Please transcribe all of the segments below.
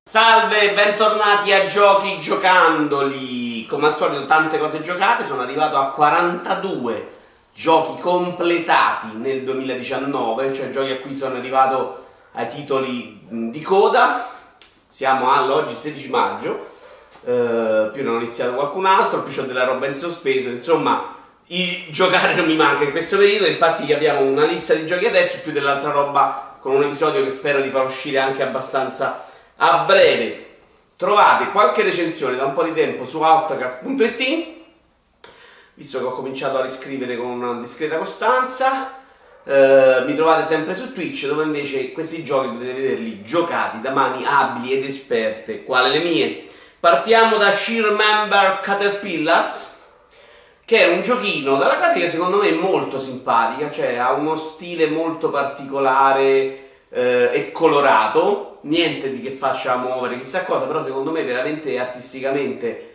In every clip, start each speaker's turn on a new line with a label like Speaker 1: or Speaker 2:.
Speaker 1: Salve, bentornati a Giochi Giocandoli. Come al solito tante cose giocate, sono arrivato a 42 giochi completati nel 2019, cioè giochi a cui sono arrivato ai titoli di coda. Siamo all'oggi 16 maggio, più ne ho iniziato qualcun altro, più c'ho della roba in sospeso, insomma il giocare non mi manca in questo periodo. Infatti abbiamo una lista di giochi adesso, più dell'altra roba, con un episodio che spero di far uscire anche abbastanza a breve. Trovate qualche recensione da un po' di tempo su outcast.it, visto che ho cominciato a riscrivere con una discreta costanza. Mi trovate sempre su Twitch, dove invece questi giochi potete vederli giocati da mani abili ed esperte, quale le mie. Partiamo da She Remember Caterpillars, che è un giochino dalla grafica secondo me molto simpatica, cioè ha uno stile molto particolare e colorato, niente di che faccia muovere chissà cosa, però secondo me veramente artisticamente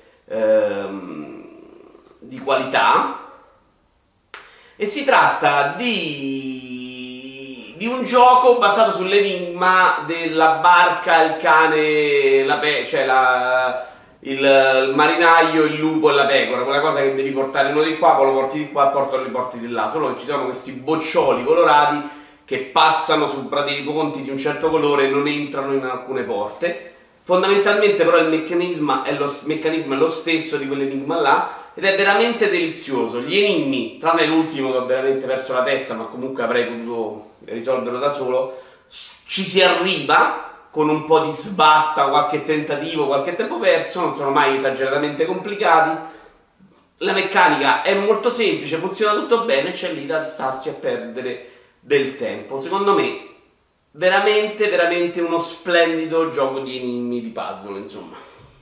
Speaker 1: di qualità. E si tratta di un gioco basato sull'enigma della barca, il cane, il marinaio, il lupo e la pecora, quella cosa che devi portare uno di qua, poi lo porti di qua e li porti di là. Solo che ci sono questi boccioli colorati che passano su dei ponti di un certo colore e non entrano in alcune porte. Fondamentalmente però il meccanismo è lo stesso di quell'enigma là, ed è veramente delizioso. Gli enigmi, tranne l'ultimo che ho veramente perso la testa, ma comunque avrei potuto risolverlo da solo, ci si arriva con un po' di sbatta, qualche tentativo, qualche tempo perso, non sono mai esageratamente complicati. La meccanica è molto semplice, funziona tutto bene, c'è lì da starci a perdere del tempo. Secondo me veramente veramente uno splendido gioco di enigmi, di puzzle, insomma.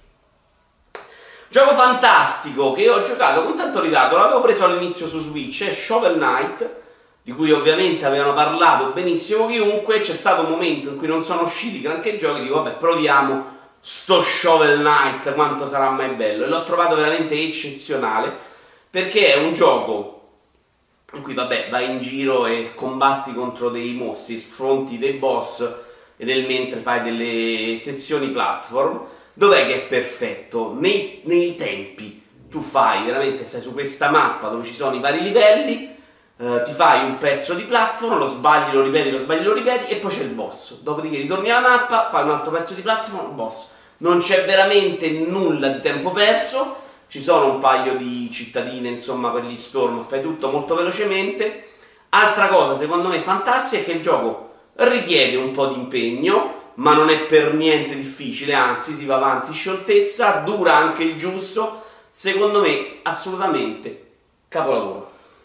Speaker 1: Gioco fantastico che ho giocato con tanto ritardo, l'avevo preso all'inizio su Switch, è Shovel Knight, di cui ovviamente avevano parlato benissimo chiunque. C'è stato un momento in cui non sono usciti granché giochi, dico vabbè, proviamo sto Shovel Knight, quanto sarà mai bello, e l'ho trovato veramente eccezionale, perché è un gioco in cui vabbè vai in giro e combatti contro dei mostri, sfronti dei boss, e nel mentre fai delle sezioni platform. Dov'è che è perfetto? Nei tempi. Tu fai veramente, stai su questa mappa dove ci sono i vari livelli, ti fai un pezzo di platform, lo sbagli, lo ripeti, lo sbagli, lo ripeti, e poi c'è il boss. Dopodiché ritorni alla mappa, fai un altro pezzo di platform, boss. Non c'è veramente nulla di tempo perso. Ci sono un paio di cittadine, insomma, per gli storm, fai tutto molto velocemente. Altra cosa, secondo me, fantastica, è che il gioco richiede un po' di impegno, ma non è per niente difficile, anzi si va avanti scioltezza, dura anche il giusto. Secondo me, assolutamente capolavoro.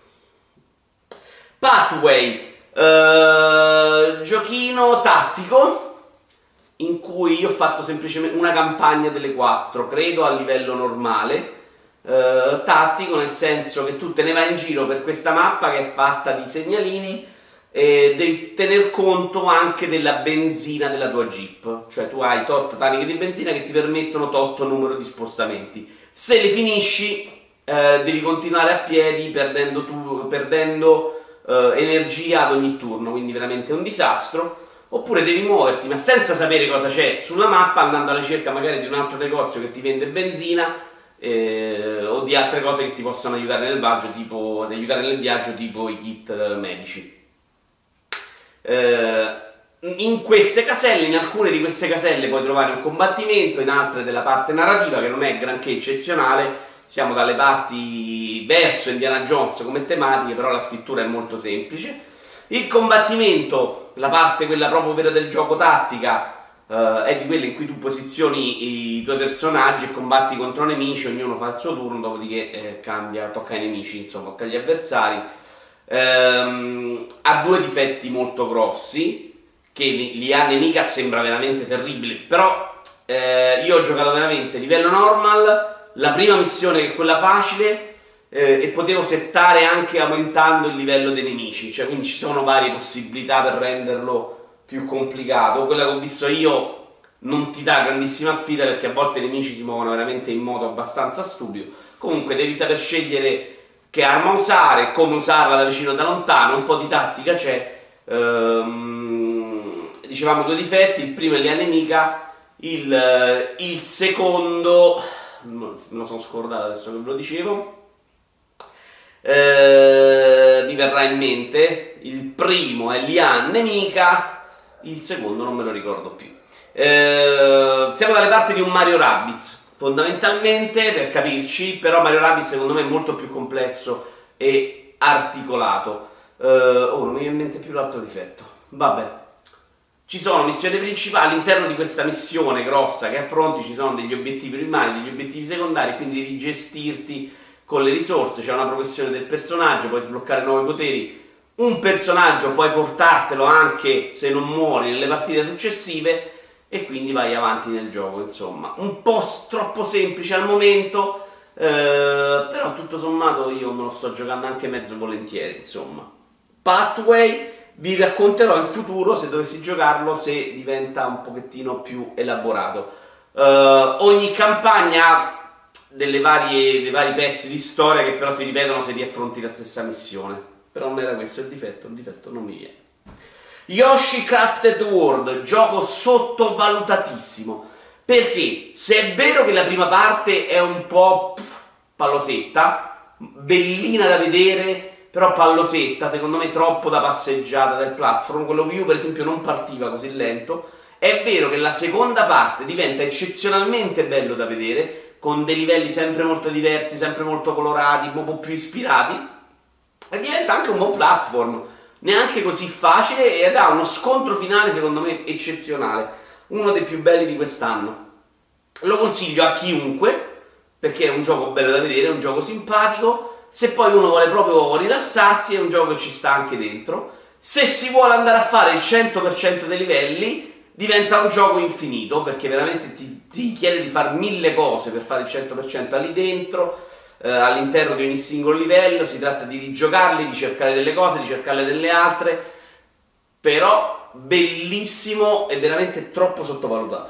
Speaker 1: Pathway, giochino tattico, in cui io ho fatto semplicemente una campagna delle 4, credo a livello normale, tattico nel senso che tu te ne vai in giro per questa mappa che è fatta di segnalini e devi tener conto anche della benzina della tua Jeep, cioè tu hai tot taniche di benzina che ti permettono tot numero di spostamenti. Se li finisci devi continuare a piedi perdendo energia ad ogni turno, quindi veramente un disastro. Oppure devi muoverti ma senza sapere cosa c'è sulla mappa, andando alla ricerca magari di un altro negozio che ti vende benzina o di altre cose che ti possono aiutare nel viaggio, tipo i kit medici. In queste caselle, in alcune di queste caselle puoi trovare un combattimento, in altre della parte narrativa che non è granché eccezionale. Siamo dalle parti verso Indiana Jones come tematiche, però la scrittura è molto semplice. Il combattimento, la parte quella proprio vera del gioco tattica, è di quelle in cui tu posizioni i tuoi personaggi e combatti contro nemici, ognuno fa il suo turno, dopodiché tocca ai nemici, insomma, tocca agli avversari. Ha due difetti molto grossi, che li ha nemica, sembra veramente terribile, però io ho giocato veramente livello normal, la prima missione che è quella facile, e potevo settare anche aumentando il livello dei nemici, cioè quindi ci sono varie possibilità per renderlo più complicato. Quella che ho visto io non ti dà grandissima sfida, perché a volte i nemici si muovono veramente in modo abbastanza stupido. Comunque devi saper scegliere che arma usare, come usarla da vicino o da lontano, un po' di tattica c'è. Dicevamo due difetti, il primo è l'ea nemica, Il secondo, me lo sono scordato adesso che ve lo dicevo, mi verrà in mente. Il primo è Lian Nemica, il secondo non me lo ricordo più. Siamo dalle parti di un Mario Rabbids, fondamentalmente, per capirci, però Mario Rabbids secondo me è molto più complesso e articolato. Non mi viene in mente più l'altro difetto. Vabbè. Ci sono missioni principali, all'interno di questa missione grossa che affronti ci sono degli obiettivi primari, degli obiettivi secondari, quindi devi gestirti con le risorse, c'è una progressione del personaggio, puoi sbloccare nuovi poteri, un personaggio puoi portartelo anche se non muori nelle partite successive e quindi vai avanti nel gioco, insomma. Un po' troppo semplice al momento, però tutto sommato io me lo sto giocando anche mezzo volentieri, insomma. Pathway vi racconterò in futuro, se dovessi giocarlo, se diventa un pochettino più elaborato. Ogni campagna ha dei vari pezzi di storia che però si ripetono se riaffronti la stessa missione. Però non era questo il difetto non mi viene. Yoshi Crafted World, gioco sottovalutatissimo. Perché se è vero che la prima parte è un po' pallosetta, bellina da vedere, però pallosetta, secondo me troppo da passeggiata del platform, quello Wii U per esempio non partiva così lento. È vero che la seconda parte diventa eccezionalmente bello da vedere, con dei livelli sempre molto diversi, sempre molto colorati, un po' più ispirati, e diventa anche un buon platform, neanche così facile, ed ha uno scontro finale secondo me eccezionale, uno dei più belli di quest'anno. Lo consiglio a chiunque, perché è un gioco bello da vedere, è un gioco simpatico. Se poi uno vuole proprio rilassarsi è un gioco che ci sta anche dentro. Se si vuole andare a fare il 100% dei livelli diventa un gioco infinito, perché veramente ti chiede di fare 1000 cose per fare il 100% lì dentro, all'interno di ogni singolo livello. Si tratta di giocarli, di cercare delle cose, di cercarle delle altre, però bellissimo e veramente troppo sottovalutato.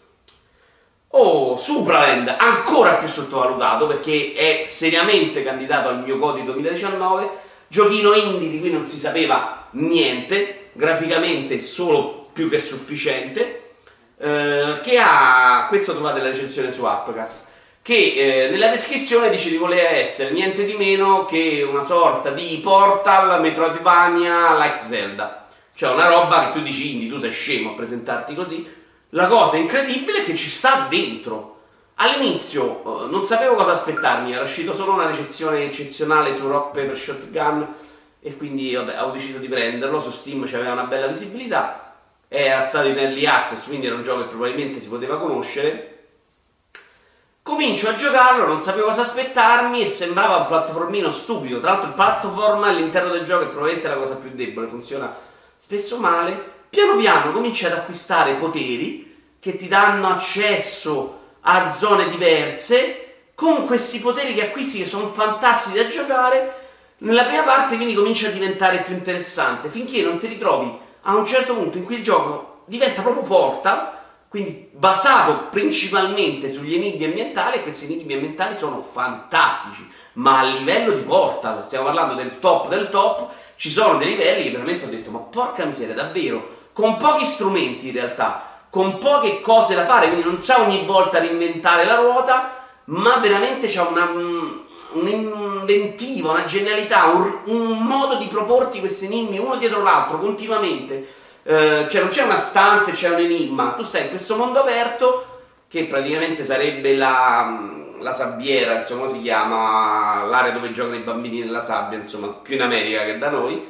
Speaker 1: Supraland, ancora più sottovalutato perché è seriamente candidato al mio GOTY 2019, giochino indie di cui non si sapeva niente, graficamente solo più che sufficiente, che ha, questo trovate la recensione su Attocast, che nella descrizione dice di voler essere niente di meno che una sorta di Portal, Metroidvania, like Zelda, cioè una roba che tu dici indie, tu sei scemo a presentarti così. La cosa incredibile è che ci sta dentro. All'inizio non sapevo cosa aspettarmi, era uscito solo una recensione eccezionale su Rock Paper Shotgun e quindi vabbè, avevo deciso di prenderlo. Su Steam c'aveva una bella visibilità, era stato in early access, quindi era un gioco che probabilmente si poteva conoscere. Comincio a giocarlo, non sapevo cosa aspettarmi e sembrava un platformino stupido. Tra l'altro il platform all'interno del gioco è probabilmente la cosa più debole, funziona spesso male. Piano piano cominci ad acquistare poteri che ti danno accesso a zone diverse. Con questi poteri che acquisti, che sono fantastici da giocare, nella prima parte quindi comincia a diventare più interessante, finché non ti ritrovi a un certo punto in cui il gioco diventa proprio Portal, quindi basato principalmente sugli enigmi ambientali, e questi enigmi ambientali sono fantastici, ma a livello di Portal, stiamo parlando del top, ci sono dei livelli che veramente ho detto, ma porca miseria, davvero, con pochi strumenti in realtà, con poche cose da fare, quindi non c'è ogni volta reinventare la ruota, ma veramente c'è un'inventiva, una genialità, un modo di proporti questi enigmi uno dietro l'altro continuamente. Cioè non c'è una stanza e c'è un enigma, tu stai in questo mondo aperto che praticamente sarebbe la sabbiera, insomma, come si chiama, l'area dove giocano i bambini nella sabbia, insomma, più in America che da noi,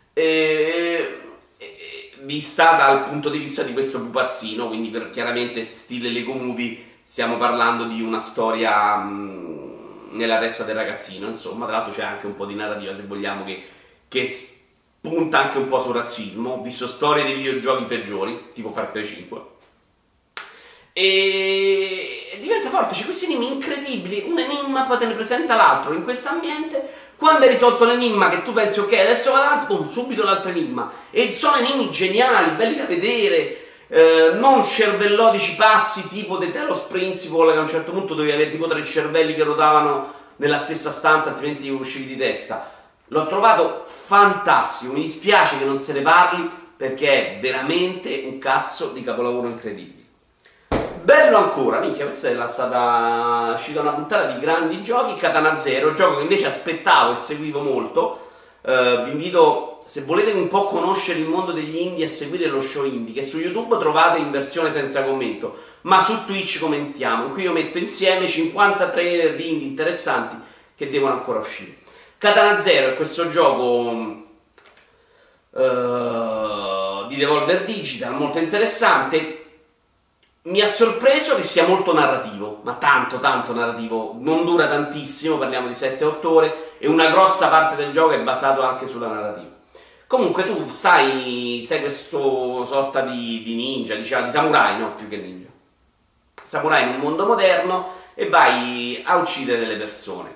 Speaker 1: vista dal punto di vista di questo pupazzino, quindi chiaramente stile Lego Movie, stiamo parlando di una storia nella testa del ragazzino, insomma. Tra l'altro c'è anche un po' di narrativa, se vogliamo, che punta anche un po' sul razzismo. Ho visto storie di videogiochi peggiori, tipo Far Cry 5, e diventa forte, c'è questi enigmi incredibili, un enigma poi te ne presenta l'altro in questo ambiente. Quando hai risolto l'enigma che tu pensi ok adesso vado avanti, boom, subito l'altro enigma, e sono enigmi geniali, belli da vedere, non cervellotici pazzi tipo The Talos Principle, che a un certo punto dovevi avere tipo 3 cervelli che rotavano nella stessa stanza altrimenti uscivi di testa. L'ho trovato fantastico, mi dispiace che non se ne parli perché è veramente un cazzo di capolavoro incredibile. Bello ancora, minchia, questa è stata uscita una puntata di grandi giochi. Katana Zero, gioco che invece aspettavo e seguivo molto. Vi invito, se volete un po' conoscere il mondo degli indie, a seguire lo show indie, che su YouTube trovate in versione senza commento, ma su Twitch commentiamo. In cui io metto insieme 50 trailer di indie interessanti che devono ancora uscire. Katana Zero è questo gioco di Devolver Digital, molto interessante. Mi ha sorpreso che sia molto narrativo, ma tanto narrativo, non dura tantissimo, parliamo di 7-8 ore, e una grossa parte del gioco è basato anche sulla narrativa. Comunque tu sei questo sorta di ninja, diciamo, di samurai, no, più che ninja. Samurai in un mondo moderno e vai a uccidere delle persone.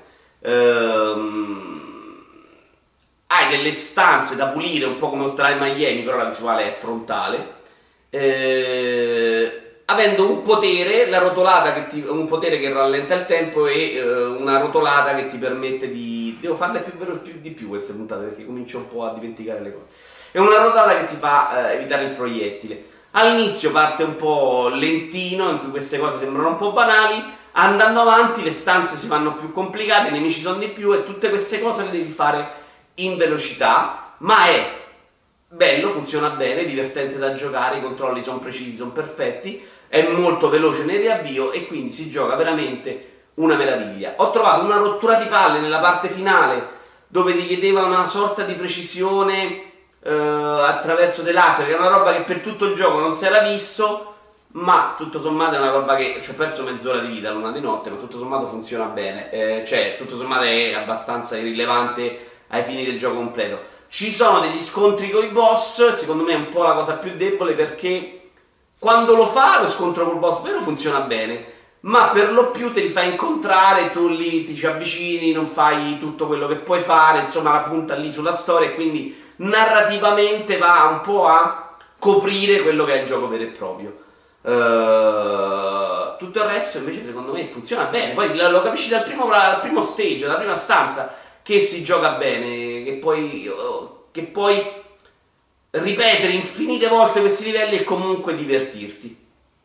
Speaker 1: Hai delle stanze da pulire, un po' come Hotline Miami, però la visuale è frontale. Avendo un potere, la rotolata un potere che rallenta il tempo e una rotolata che ti permette di... Devo farle di più queste puntate perché comincio un po' a dimenticare le cose. È una rotolata che ti fa evitare il proiettile. All'inizio parte un po' lentino, in cui queste cose sembrano un po' banali. Andando avanti le stanze si fanno più complicate, i nemici sono di più e tutte queste cose le devi fare in velocità, ma è bello, funziona bene, divertente da giocare, i controlli sono precisi, sono perfetti, è molto veloce nel riavvio e quindi si gioca veramente una meraviglia. Ho trovato una rottura di palle nella parte finale dove ti chiedeva una sorta di precisione attraverso dei laser, che è una roba che per tutto il gioco non si era visto, ma tutto sommato è una roba che ci ho perso mezz'ora di vita l'una di notte, ma tutto sommato funziona bene, cioè tutto sommato è abbastanza irrilevante ai fini del gioco completo. Ci sono degli scontri con i boss, secondo me è un po' la cosa più debole, perché quando lo fa lo scontro col boss vero funziona bene, ma per lo più te li fai incontrare, tu lì ti ci avvicini, non fai tutto quello che puoi fare, insomma la punta lì sulla storia e quindi narrativamente va un po' a coprire quello che è il gioco vero e proprio. Tutto il resto invece secondo me funziona bene, poi lo capisci dal primo stage, dalla prima stanza, che si gioca bene, che puoi ripetere infinite volte questi livelli e comunque divertirti.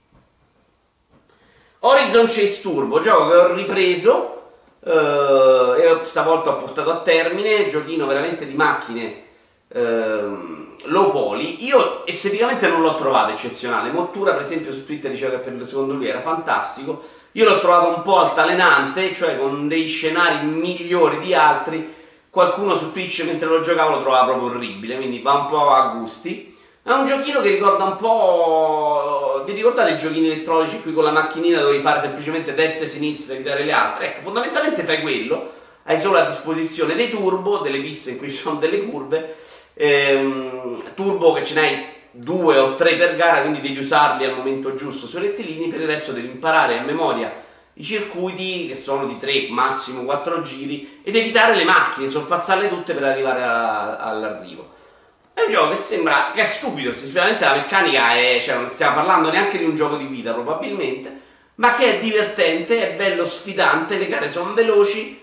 Speaker 1: Horizon Chase Turbo, gioco che ho ripreso e stavolta ho portato a termine, giochino veramente di macchine low poly. Io esteticamente non l'ho trovato eccezionale. Mottura per esempio su Twitter diceva che secondo lui era fantastico, io l'ho trovato un po' altalenante, cioè con dei scenari migliori di altri. Qualcuno su Twitch mentre lo giocavo lo trovava proprio orribile, quindi va un po' a gusti. È un giochino che ricorda un po'... Vi ricordate i giochini elettronici in cui con la macchinina dovevi fare semplicemente destra e sinistra e evitare le altre? Ecco, fondamentalmente fai quello, hai solo a disposizione dei turbo, delle piste in cui ci sono delle curve, turbo che ce n'hai 2 o 3 per gara, quindi devi usarli al momento giusto sui rettilini, per il resto devi imparare a memoria i circuiti, che sono di 3, massimo 4 giri, ed evitare le macchine, sorpassarle tutte per arrivare all'arrivo. È un gioco che sembra che è stupido, sicuramente la meccanica è, cioè non stiamo parlando neanche di un gioco di guida probabilmente, ma che è divertente, è bello sfidante, le gare sono veloci,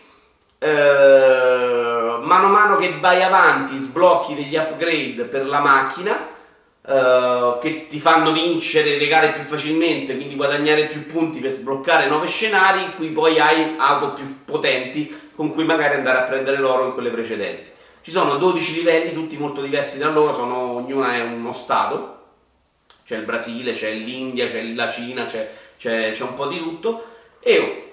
Speaker 1: mano a mano che vai avanti sblocchi degli upgrade per la macchina che ti fanno vincere le gare più facilmente, quindi guadagnare più punti per sbloccare nuovi scenari, in cui poi hai auto più potenti con cui magari andare a prendere l'oro in quelle precedenti. Ci sono 12 livelli, tutti molto diversi tra loro, ognuna è uno stato, c'è il Brasile, c'è l'India, c'è la Cina, c'è un po' di tutto, e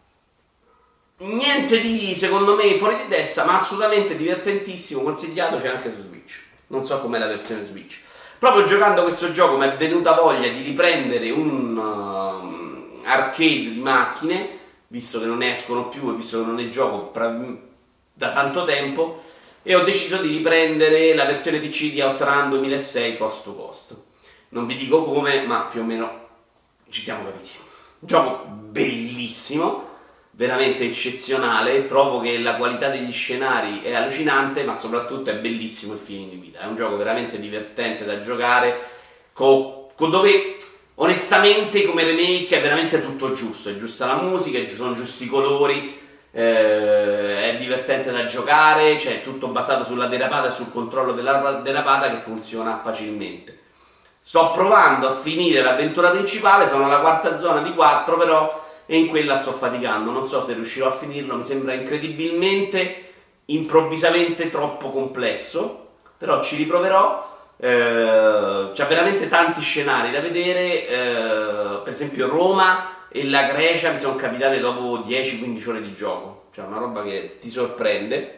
Speaker 1: niente di, secondo me, fuori di testa, ma assolutamente divertentissimo, consigliato, c'è anche su Switch. Non so com'è la versione Switch. Proprio giocando questo gioco mi è venuta voglia di riprendere un arcade di macchine, visto che non ne escono più e visto che non ne gioco da tanto tempo, e ho deciso di riprendere la versione PC di Outrun 2006 Cost to Cost. Non vi dico come, ma più o meno ci siamo capiti. Gioco bellissimo, veramente eccezionale, trovo che la qualità degli scenari è allucinante, ma soprattutto è bellissimo il feeling di guida. È un gioco veramente divertente da giocare, dove onestamente come remake è veramente tutto giusto, è giusta la musica, sono giusti i colori, è divertente da giocare, cioè è tutto basato sulla derapata e sul controllo della derapata che funziona facilmente. Sto provando a finire l'avventura principale, sono alla quarta zona di 4 però, e in quella sto faticando, non so se riuscirò a finirlo, mi sembra incredibilmente, improvvisamente troppo complesso, però ci riproverò. C'ha veramente tanti scenari da vedere, per esempio Roma e la Grecia mi sono capitate dopo 10-15 ore di gioco, cioè una roba che ti sorprende.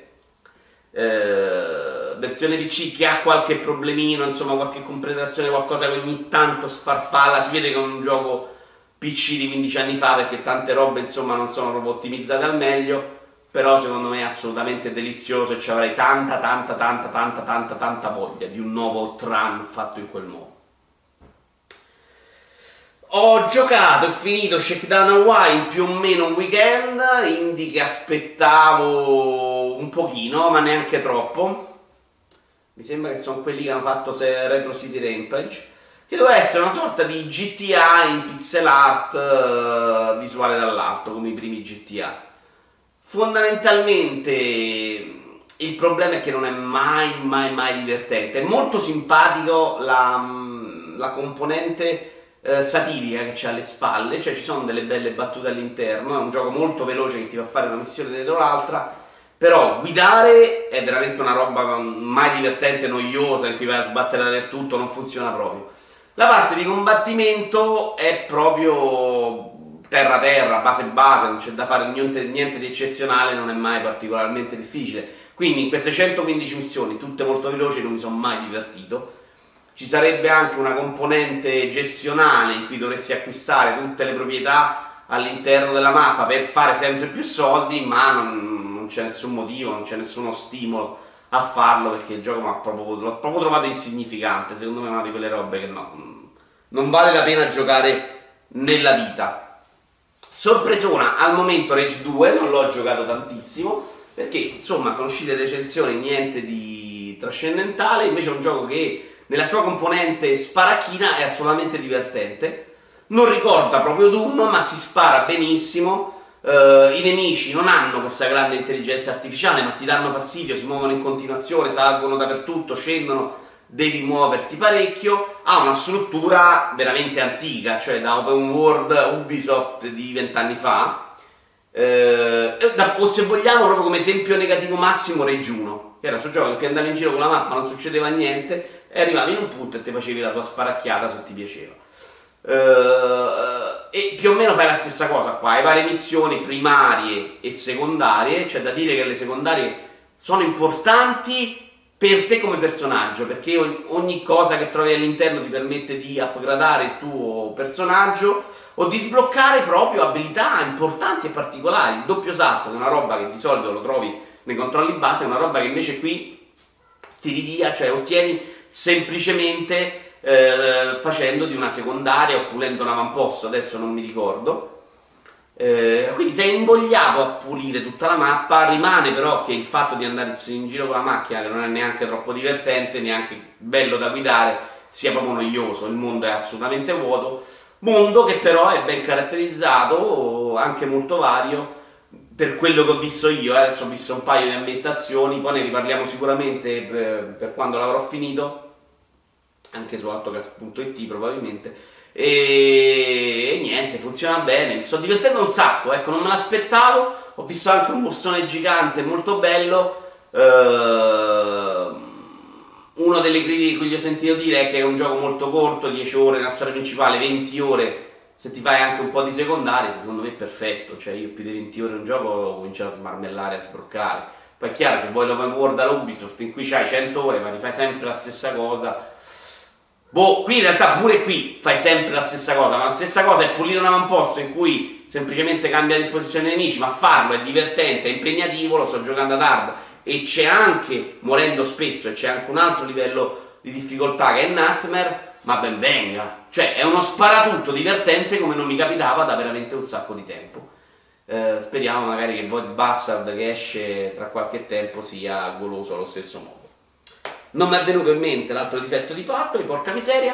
Speaker 1: Versione PC che ha qualche problemino, insomma qualche completazione, qualcosa che ogni tanto sfarfalla, si vede che è un gioco PC di 15 anni fa perché tante robe insomma non sono proprio ottimizzate al meglio, però secondo me è assolutamente delizioso e ci avrei tanta voglia di un nuovo Tran fatto in quel modo. Ho giocato e finito Shakedown Hawaii in più o meno un weekend, indie che aspettavo un pochino, ma neanche troppo. Mi sembra che sono quelli che hanno fatto Retro City Rampage, che doveva essere una sorta di GTA in pixel art visuale dall'alto, come i primi GTA. Fondamentalmente il problema è che non è mai divertente. È molto simpatico la componente satirica che c'è alle spalle, cioè ci sono delle belle battute all'interno, è un gioco molto veloce che ti fa fare una missione dietro l'altra, però guidare è veramente una roba mai divertente, noiosa, in cui vai a sbattere dappertutto, non funziona proprio. La parte di combattimento è proprio terra, base, non c'è da fare niente di eccezionale, non è mai particolarmente difficile. Quindi in queste 115 missioni, tutte molto veloci, non mi sono mai divertito. Ci sarebbe anche una componente gestionale in cui dovresti acquistare tutte le proprietà all'interno della mappa per fare sempre più soldi, ma non c'è nessun motivo, non c'è nessuno stimolo a farlo perché il gioco l'ho proprio trovato insignificante. Secondo me è una di quelle robe che non vale la pena giocare nella vita. Sorpresona, al momento Rage 2 non l'ho giocato tantissimo perché insomma sono uscite recensioni, niente di trascendentale, invece è un gioco che nella sua componente sparachina è assolutamente divertente, non ricorda proprio Doom ma si spara benissimo. I nemici non hanno questa grande intelligenza artificiale ma ti danno fastidio, si muovono in continuazione, salgono dappertutto, scendono, devi muoverti parecchio. Ha una struttura veramente antica, cioè da open world Ubisoft di 20 anni fa, o se vogliamo proprio come esempio negativo massimo Rage 1, che era questo gioco in cui andavi in giro con la mappa, non succedeva niente e arrivavi in un punto e ti facevi la tua sparacchiata se ti piaceva. E più o meno fai la stessa cosa qua, hai varie missioni primarie e secondarie, c'è da dire che le secondarie sono importanti per te come personaggio, perché ogni cosa che trovi all'interno ti permette di upgradare il tuo personaggio o di sbloccare proprio abilità importanti e particolari. Il doppio salto, che è una roba che di solito lo trovi nei controlli base, è una roba che invece qui ti rinvia, cioè ottieni semplicemente facendo di una secondaria o pulendo un avamposto, adesso non mi ricordo. Quindi sei invogliato a pulire tutta la mappa, rimane però che il fatto di andare in giro con la macchina, che non è neanche troppo divertente, neanche bello da guidare, sia proprio noioso. Il mondo è assolutamente vuoto, mondo che però è ben caratterizzato, anche molto vario, per quello che ho visto io. Adesso ho visto un paio di ambientazioni, poi ne riparliamo sicuramente per quando l'avrò finito, anche su autocast.it probabilmente. E niente, funziona bene, mi sto divertendo un sacco, ecco, non me l'aspettavo. Ho visto anche un bossone gigante molto bello. Una delle critiche che gli ho sentito dire è che è un gioco molto corto, 10 ore nella storia principale, 20 ore se ti fai anche un po' di secondarie. Secondo me è perfetto, cioè io più di 20 ore un gioco comincio a smarmellare, a sbroccare. Poi è chiaro, se vuoi l'open world alla Ubisoft in cui c'hai 100 ore ma rifai sempre la stessa cosa, boh, qui in realtà pure qui fai sempre la stessa cosa, ma la stessa cosa è pulire un avamposto in cui semplicemente cambia la disposizione dei nemici, ma farlo è divertente, è impegnativo, lo sto giocando ad hard e c'è anche, morendo spesso, e c'è anche un altro livello di difficoltà che è Nightmare, ma ben venga, cioè è uno sparatutto divertente come non mi capitava da veramente un sacco di tempo. Speriamo magari che Void Bastard che esce tra qualche tempo sia goloso allo stesso modo. Non mi è venuto in mente l'altro difetto di Pattoli, porca miseria.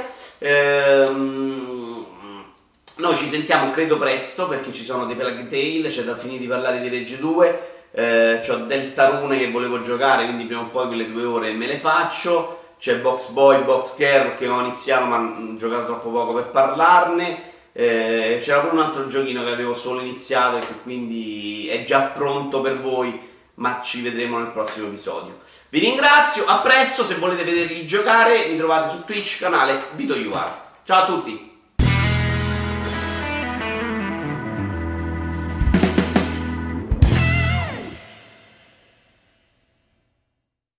Speaker 1: Noi ci sentiamo credo presto perché ci sono dei Plague Tale, c'è da finire di parlare di Rage 2, c'ho Deltarune che volevo giocare, quindi prima o poi quelle 2 ore me le faccio. c'è Box Boy, Box Girl che ho iniziato ma ho giocato troppo poco per parlarne. C'era pure un altro giochino che avevo solo iniziato e che quindi è già pronto per voi, ma ci vedremo nel prossimo episodio. Vi ringrazio, a presto, se volete vederli giocare mi trovate su Twitch, canale Vito Iuvara. Ciao a tutti!